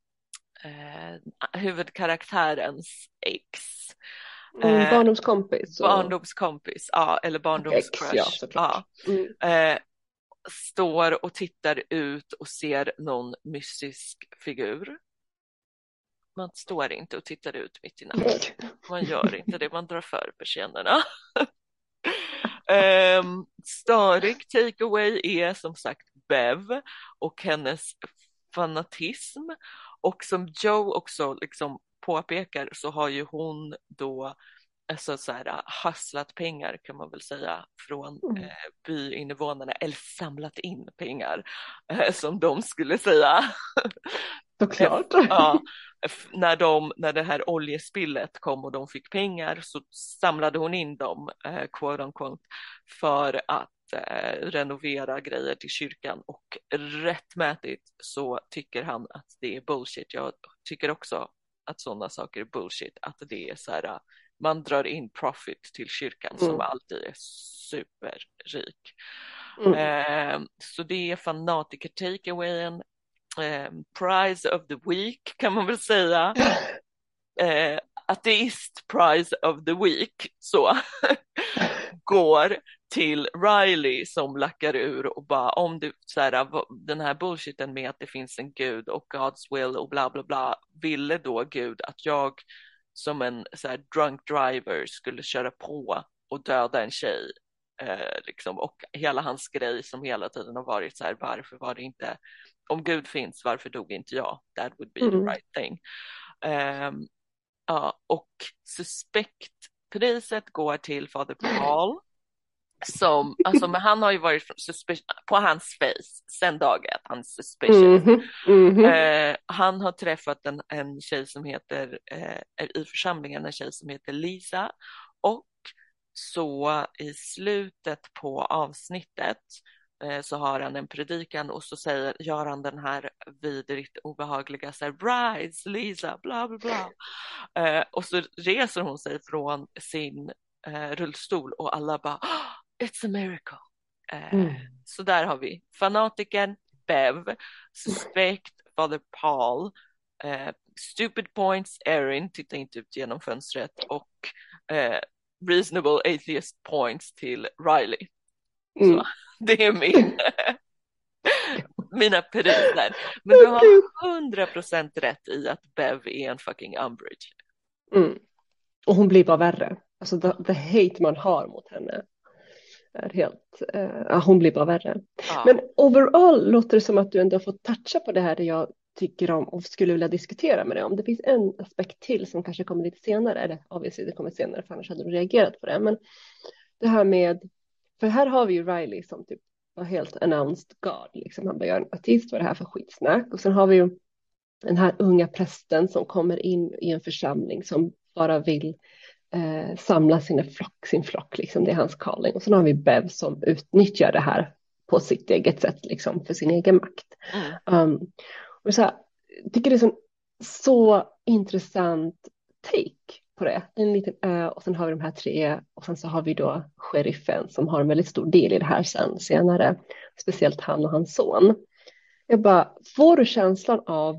eh, huvudkaraktärens ex. Eh, mm, barndomskompis. Och... Barndomskompis, ja, eller barndomscrush. Ja, såklart. Ja. Mm. Eh, står och tittar ut och ser någon mystisk figur. Man står inte och tittar ut mitt i natten. Man gör inte det, man drar för persiennerna. um, Starig takeaway är som sagt Bev och hennes fanatism. Och som Joe också liksom påpekar så har ju hon då alltså så här, hasslat pengar kan man väl säga från Mm. eh, byinvånarna, eller samlat in pengar eh, som de skulle säga. Såklart. Ja, när, de, när det här oljespillet kom och de fick pengar så samlade hon in dem, eh, quote unquote, för att eh, renovera grejer till kyrkan, och rättmätigt så tycker han att det är bullshit. Jag tycker också att sådana saker är bullshit, att det är så här, man drar in profit till kyrkan som Mm. alltid är superrik. Mm. Eh, så det är fanatiker takeawayen. Eh, prize of the week kan man väl säga. Eh, ateist prize of the week så går till Riley som lackar ur och bara, om du så här, den här bullshiten med att det finns en gud och God's will och bla bla bla, ville då Gud att jag som en så här, drunk driver skulle köra på och döda en tjej, eh, liksom, och hela hans grej som hela tiden har varit så här, varför var det inte, om Gud finns, varför dog inte jag? That would be the Mm. right thing. Um, ja, och suspektpriset går till Father Paul. Som, alltså, men han har ju varit på hans face sen dag ett, han är suspicious. Mhm. Mhm. Eh, han har träffat en, en tjej som heter, eh, i församlingen, en tjej som heter Lisa, och så i slutet på avsnittet eh, så har han en predikan och så säger, gör han den här vidrigt obehagliga så här, rise Lisa, bla bla bla. Eh, och så reser hon sig från sin eh, rullstol och alla bara, oh, it's a miracle. Eh, Mm. Så där har vi fanatiken Bev, suspect Father Paul, eh, stupid points Erin, titta inte ut genom fönstret, och eh, reasonable atheist points till Riley. Mm. Så det är min mina priser. Men du har hundra procent rätt i att Bev är en fucking Umbridge. Mm. Och hon blir bara värre. Alltså the, the hate man har mot henne är helt, eh, ja, hon blir bara värre. Ja. Men overall låter det som att du ändå har fått toucha på det här det jag tycker om och skulle vilja diskutera med dig om. Det finns en aspekt till som kanske kommer lite senare, eller obviously det kommer senare för annars hade du reagerat på det. Men det här med, för här har vi ju Riley som typ var helt announced God, liksom han bara, gör en artist, vad är det här för skitsnack? Och sen har vi ju den här unga prästen som kommer in i en församling som bara vill eh, samla sina flock, sin flock, liksom. Det är hans calling. Och sen har vi Bev som utnyttjar det här på sitt eget sätt, liksom, för sin egen makt. Mm. Um, och så här, jag tycker det är så, så intressant take på det. En liten ö och sen har vi de här tre och sen så har vi då sheriffen som har en väldigt stor del i det här sen senare. Speciellt han och hans son. Jag bara, får du känslan av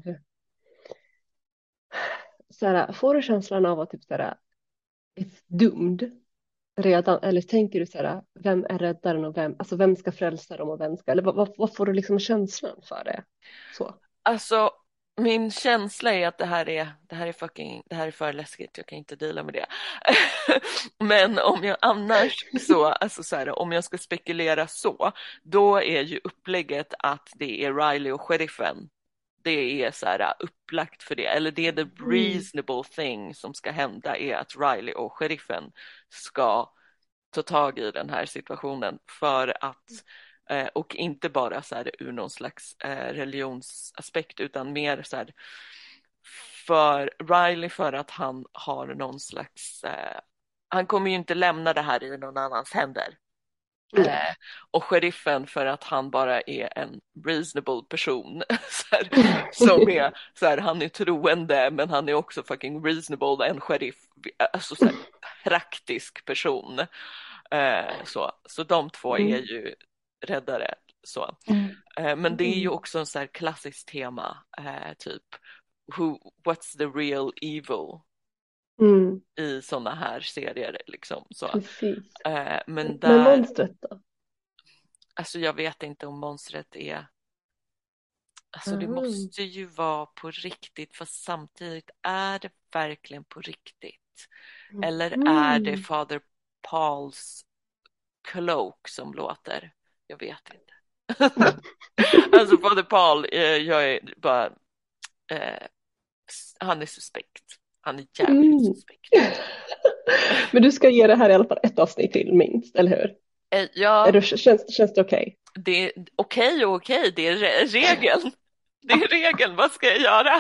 så här, får du känslan av att typ så här, är dömd redan, eller tänker du så här, vem är räddaren och vem, alltså vem ska frälsa dem och vem ska, eller vad, vad, vad får du liksom känslan för det? Så. Alltså, min känsla är att det här är, det här är fucking, det här är för läskigt, jag kan inte dela med det. Men om jag annars så, alltså så här, om jag ska spekulera så, då är ju upplägget att det är Riley och sheriffen. Det är så här upplagt för det, eller det är the reasonable thing som ska hända, är att Riley och sheriffen ska ta tag i den här situationen för att, eh, och inte bara så här ur någon slags eh, religionsaspekt, utan mer så här för Riley, för att han har någon slags, eh, han kommer ju inte lämna det här i någon annans händer. Mm. Eh, och sheriffen för att han bara är en reasonable person så här, som är så här, han är troende men han är också fucking reasonable, en sheriff, alltså så här, praktisk person. Eh, så, så de två Mm. är ju räddare så. Mm. Eh, men det är ju också en så här klassiskt tema, eh, typ who, what's the real evil Mm. i sådana här serier liksom så. Precis. Eh, men Men där, monstret då? alltså jag vet inte om monstret är, alltså det Mm. måste ju vara på riktigt, fast samtidigt är det verkligen på riktigt? Eller är det Mm. Father Pauls cloak som låter? Jag vet inte. Alltså Father Paul, eh, jag är bara, eh, han är suspekt. Han är jävligt Mm. suspekt. Men du ska ge det här i alla fall ett avsnitt till minst, eller hur? Eh, Är Ja, det, känns, känns det okej? det är okej och okej, det är re- regeln. Det är regeln, vad ska jag göra?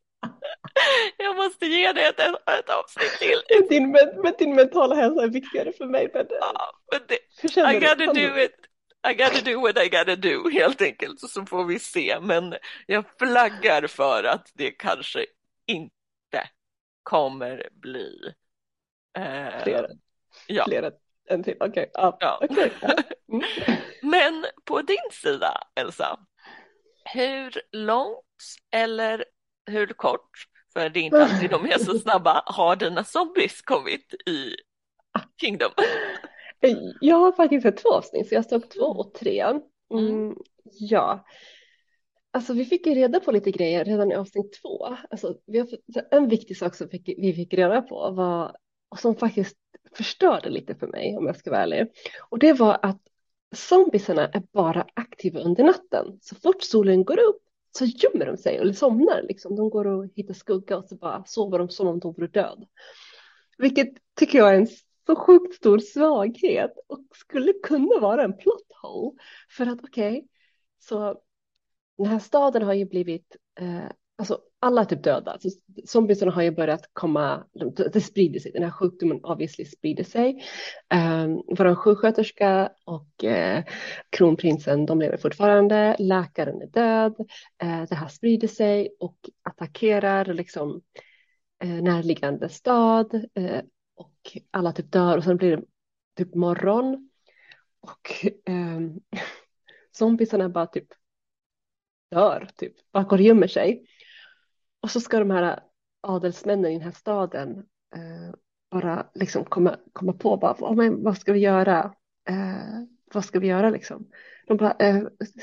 Jag måste ge det ett, ett avsnitt till. Men din, men, men din mentala hälsa är viktigare för mig. Men, Ja, men det, hur I känner du? gotta Kan do du? it. I gotta do what I gotta do, helt enkelt. Så så får vi se. Men jag flaggar för att det kanske inte kommer bli. Eh, Fler, ja, fler än till? Okej, ja, ja. okej. Ja. Mm. Men på din sida, Elsa, hur långt eller hur kort, för det är inte alltid de är så snabba, har dina zombies kommit i Kingdom? Jag har faktiskt sett två avsnitt, så jag såg två Mm. och tre. Mm. Mm, ja, alltså vi fick ju reda på lite grejer redan i avsnitt två. Alltså, vi har, fått- en viktig sak som fick, vi fick reda på var, och som faktiskt förstörde lite för mig om jag ska vara ärlig. Och det var att zombiesarna är bara aktiva under natten. Så fort solen går upp så gömmer de sig eller somnar liksom. De går och hittar skugga och så bara sover de som om de vore död. Vilket tycker jag är en så sjukt stor svaghet och skulle kunna vara en plot hole. För att okej, okay, så den här staden har ju blivit, eh, alltså alla är typ döda. Alltså, zombiesarna har ju börjat komma, det, det sprider sig, den här sjukdomen obviously sprider sig. Um, vår sjuksköterska och eh, kronprinsen, de lever fortfarande, läkaren är död, eh, det här sprider sig och attackerar liksom eh, närliggande stad eh, och alla typ dör och sen blir det typ morgon och eh, zombiesarna bara typ dör, typ, bara går och gömmer sig. Och så ska de här adelsmännen i den här staden eh, bara liksom komma, komma på, bara, oh, men, vad ska vi göra? Eh, vad ska vi göra liksom? De bara, eh,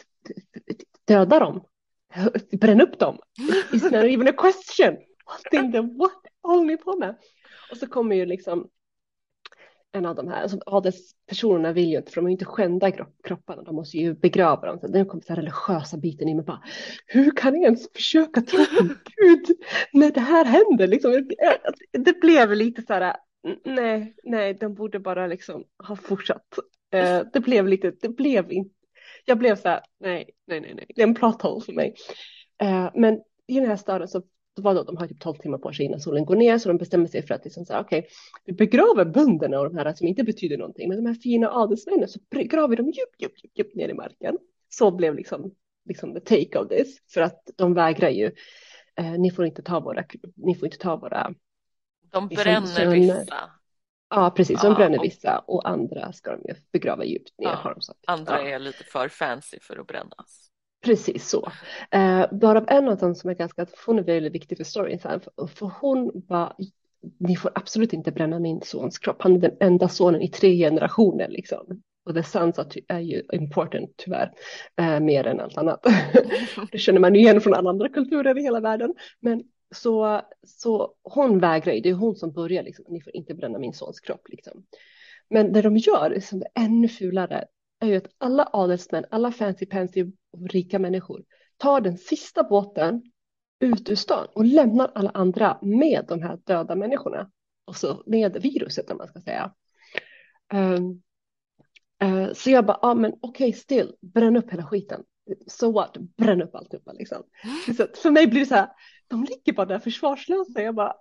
döda dem, bränn upp dem. It's not even a question. What in the what håller ni på med? Och så kommer ju liksom en av de här, alltså adelspersonerna vill ju inte, för de har ju inte skända kropparna, de måste ju begrava dem. Så den kommer så här religiösa biten in med bara, hur kan ni ens försöka tro på Gud när det här händer? Liksom, det blev lite så här, nej, nej, de borde bara liksom ha fortsatt. Det blev lite, det blev inte, jag blev så här, nej, nej, nej, nej, det är en plot hole för mig. Men i den här staden så då var då, de har typ tolv timmar på sig innan solen går ner, så de bestämmer sig för att liksom säga, okej, okay, vi begraver bönderna och de här som inte betyder någonting, men de här fina adelsmännen så begraver de djupt, djupt, djupt, djupt ner i marken. Så blev liksom, liksom the take of this, för att de vägrar ju, eh, ni får inte ta våra, ni får inte ta våra De liksom, bränner söner. vissa. Ja, precis, de Ja, bränner och vissa och andra ska de ju begrava djupt ner, har ja, de sagt. andra Ja. är lite för fancy för att brännas. Precis så. Eh, bara en av dem som är ganska, hon är väldigt viktig för storyn, för, för hon var, ni får absolut inte bränna min sons kropp, han är den enda sonen i tre generationer liksom. Och the sons är ju important tyvärr, eh, mer än allt annat. Det känner man igen från alla andra kulturer i hela världen. Men så, så hon vägrar ju, det är hon som börjar liksom, ni får inte bränna min sons kropp liksom. Men det de gör, som är ännu fulare, är ju att alla adelsmän, alla fancy pansy och rika människor tar den sista båten ut ur stan och lämnar alla andra med de här döda människorna. Och så med viruset, om man ska säga. Um, uh, så jag bara, ja ah, men okej, okay, still, bränn upp hela skiten. So what, bränn upp alltihopa liksom. Så för mig blir det så här, de ligger bara där försvarslösa. Jag bara,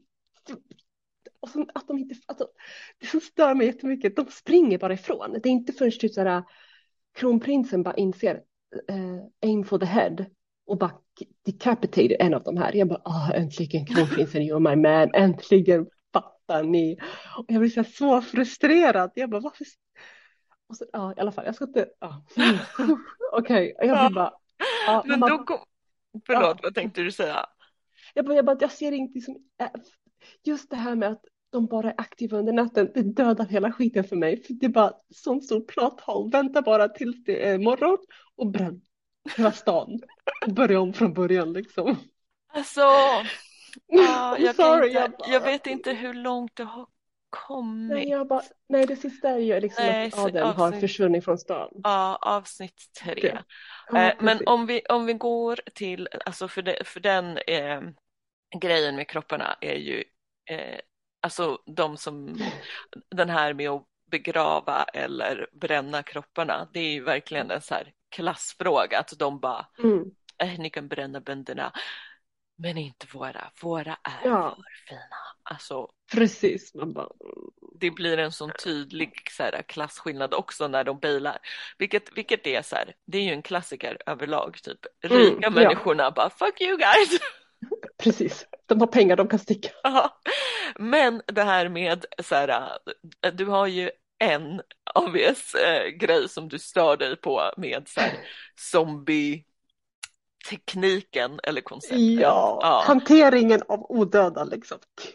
och så, att de inte, alltså, det som stör mig jättemycket, de springer bara ifrån. Det är inte förrän typ så här, kronprinsen bara inser uh, aim for the head och bara decapitated en av de här. Jag bara, ah, äntligen kronprinsen, you're my man, äntligen fattar ni. Och jag blir så, här, så frustrerad. Jag bara, varför? Och så, ja, i alla fall, jag ska inte, ja. Mm. Okej, okay. Jag blir bara, ja, Men bara, då kom... Förlåt, ja. vad tänkte du säga? Jag bara, jag bara, jag ser inte som, just det här med att de bara är aktiva under natten, det dödar hela skiten för mig. För det är bara sån stor plot hole. Vänta bara tills det är morgon och bränn hela stan. Och börja om från början liksom. Alltså, ja, I'm jag kan sorry, inte, jag jag bara... vet inte hur långt det har Nej, kommit. jag bara... Nej, det sista är ju liksom Nej, att s- adeln har avsnitt, försvunnit från stan. ja, avsnitt tre. Det. Ja, Eh, men precis. om vi, om vi går till, alltså för, det, för den, eh, grejen med kropparna är ju eh, alltså de som den här med att begrava eller bränna kropparna, det är ju verkligen en så här klassfråga att de bara Mm. eh, ni kan bränna bönderna men inte våra, våra är Ja, för fina. Alltså precis. Man bara, det blir en sån tydlig så här, klasskillnad också när de bailar. Vilket, vilket är så här, det är ju en klassiker överlag. Typ mm, rika ja, människorna bara fuck you guys. precis. De har pengar de kan sticka. Ja. Men det här med så här, äh, du har ju en A V S-grej som du stör dig på med så här zombie-tekniken eller konceptet. Ja, Ja. hanteringen av odöda liksom.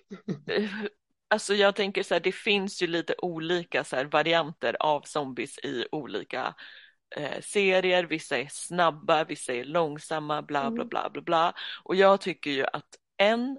Alltså jag tänker så här, det finns ju lite olika så här, varianter av zombies i olika eh, serier. Vissa är snabba, vissa är långsamma, bla bla Mm. bla bla bla. Och jag tycker ju att en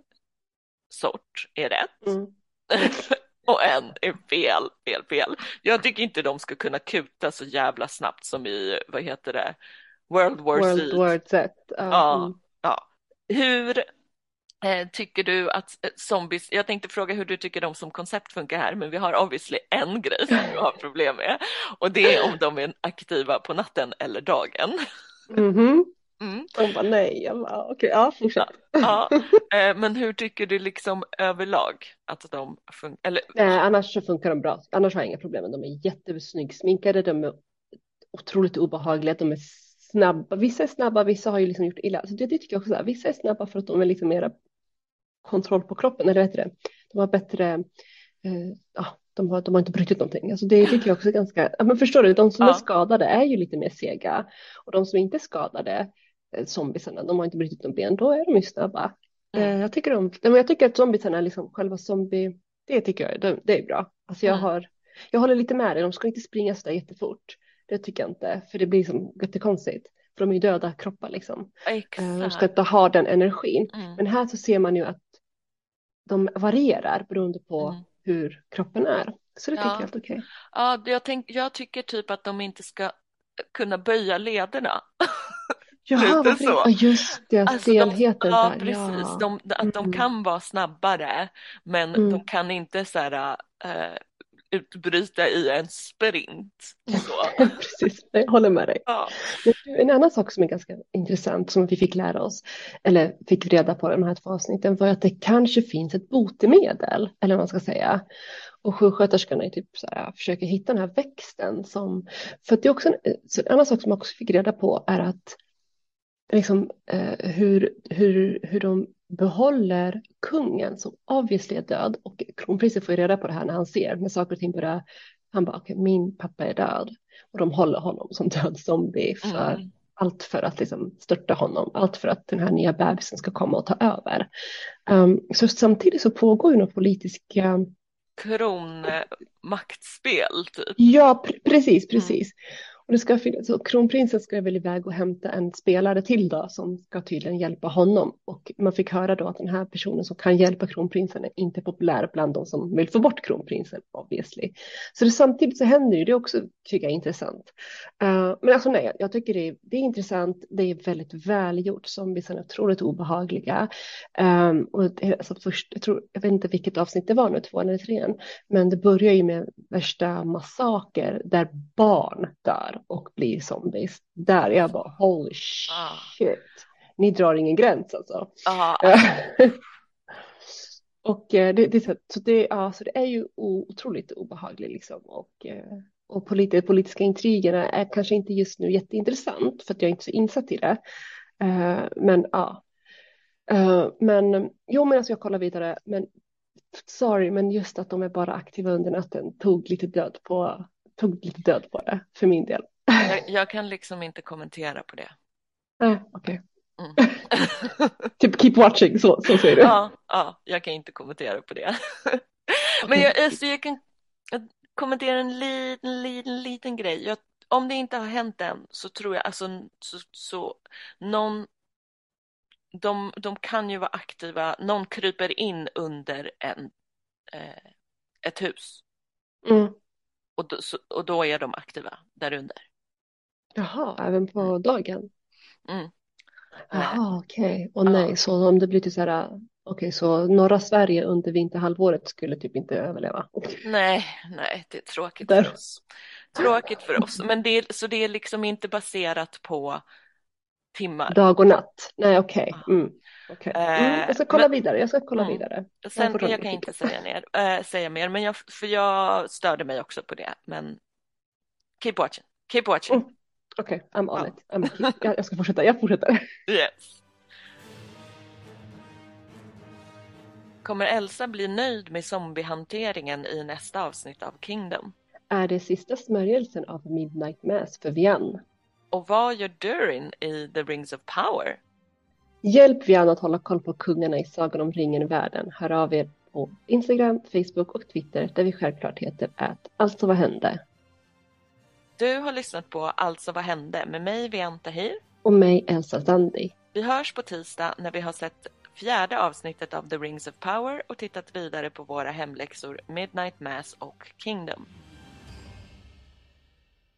sort är rätt Mm. och en är fel, fel, fel. Jag tycker inte de ska kunna kuta så jävla snabbt som i, vad heter det, World War Z. World War Z. Ja, Ja, mm. ja. Hur Eh, tycker du att eh, zombies, jag tänkte fråga hur du tycker de som koncept funkar här, men vi har obviously en grej som du har problem med och det är om de är aktiva på natten eller dagen. Mhm. Mm. De bara nej, jag bara okej, ja Ja, fortsätt. ja. Eh, men hur tycker du liksom överlag att de funkar? Eller, Nej, annars så funkar de bra. Annars har jag inga problem. De är jättesnyggt sminkade, de är otroligt obehagliga, de är snabba. Vissa är snabba, vissa har ju liksom gjort illa. Så det, det tycker jag också. Så här. Vissa är snabba för att de är lite mer kontroll på kroppen, eller vet du det? De har bättre, eh, ja, de har, de har inte brutit någonting. Alltså det tycker jag också är ganska, ja, men förstår du, de som är ja, skadade är ju lite mer sega. Och de som inte är skadade, eh, zombiesarna, de har inte brutit någon ben, då är de ju snabba. mm, Eh, jag tycker om, men jag tycker att zombiesarna, liksom själva zombie, det tycker jag är, det, det är bra. Alltså jag mm, har, jag håller lite med dig, de ska inte springa så där jättefort. Det tycker jag inte, för det blir som jättekonstigt. För de är ju döda kroppar liksom. Eh, de ska exakt. inte ha den energin. Mm, Men här så ser man ju att de varierar beroende på mm. hur kroppen är. Så det tycker jag är Ja, helt okej. ja jag, tänk, jag tycker typ att de inte ska kunna böja lederna. Jaha, Lite varför inte? så. Ja, just det, Alltså de, stelheten ja där. precis, Ja. de, att de Mm. kan vara snabbare men de Mm. kan inte så här, äh, utbryta i en sprint. Så. Precis, jag håller med dig. Ja. Men du, en annan sak som är ganska intressant som vi fick lära oss, eller fick reda på i de här två avsnitten, var att det kanske finns ett botemedel, eller vad man ska säga. Och sjuksköterskorna är typ så här, försöker hitta den här växten som, för att det är också en, så en annan sak som jag också fick reda på är att liksom, eh, hur, hur, hur de behåller kungen som obviously är död och kronprinsen får ju reda på det här när han ser när saker och ting börjar, han bara okej, min pappa är död och de håller honom som död zombie för Mm. allt för att liksom störta honom, allt för att den här nya bebisen ska komma och ta över. Um, så samtidigt så pågår ju några politiska. Kronmaktspel typ. Ja, pr precis, Mm. precis. Och det ska finnas, så kronprinsen ska väl iväg och hämta en spelare till då som ska tydligen hjälpa honom. Och man fick höra då att den här personen som kan hjälpa kronprinsen är inte populär bland de som vill få bort kronprinsen, obviously. Så det, samtidigt så händer ju, det också tycker jag är intressant. Uh, men alltså nej, jag tycker det är, det är intressant, det är väldigt välgjort, zombiesarna är otroligt obehagliga. Um, och det, alltså först, jag, tror, jag vet inte vilket avsnitt det var nu, två eller tre, men det börjar ju med värsta massaker där barn dör och blir zombies. Där jag bara holy Ah. shit. Ni drar ingen gräns alltså. Ah, alltså, Och eh, det, det, är så så det, ja, så det är ju o- otroligt obehagligt liksom. Och, eh, och polit, politiska intrigerna är kanske inte just nu jätteintressant för att jag är inte så insatt i det. Eh, men ja. Eh, men jo, men alltså jag kollar vidare. Men sorry, men just att de är bara aktiva under natten tog lite död på, tog lite död på det för min del. jag, jag kan liksom inte kommentera på det. Äh, okej. Mm. Typ keep watching, så, så säger du. Ja, ja, jag kan inte kommentera på det. Men Okej. jag, alltså, jag kan kommentera en liten, liten, liten grej. Jag, om det inte har hänt än så tror jag alltså så, så någon de, de kan ju vara aktiva. Någon kryper in under en, eh, ett hus Mm. och då, så, och då är de aktiva där under. Jaha, även Mm. på dagen? Mm. Eh, Jaha, okej. Och ja. nej, så om det blir till så här Okej, så norra Sverige under vinterhalvåret skulle typ inte överleva. Nej, nej, det är tråkigt för Där. oss. Tråkigt för oss, men det är, så det är liksom inte baserat på timmar. Dag och natt. Nej, okej. Mm. Okej. Mm. Eh, Jag ska men kolla vidare. Jag ska kolla mm, vidare. Jag är sen, fortfarande jag kan inte nyfiken. säga, ner, eh, säga mer, men jag, för jag störde mig också på det. Men keep watching, keep watching. Mm. Okej, I'm on Ja. it. I'm keep. Jag, jag ska fortsätta. Jag fortsätter. Yes. Kommer Elsa bli nöjd med zombiehanteringen i nästa avsnitt av Kingdom? Är det sista smörjelsen av Midnight Mass för Vian? Och vad gör Durin i The Rings of Power? Hjälp Vian att hålla koll på kungarna i Sagan om ringen-världen. Hör av er på Instagram, Facebook och Twitter där vi självklart heter att Alltså vad hände? Du har lyssnat på Alltså vad hände med mig, Vian Tahir. Och mig, Elsa Zandi. Vi hörs på tisdag när vi har sett fjärde avsnittet av The Rings of Power och tittat vidare på våra hemläxor Midnight Mass och Kingdom.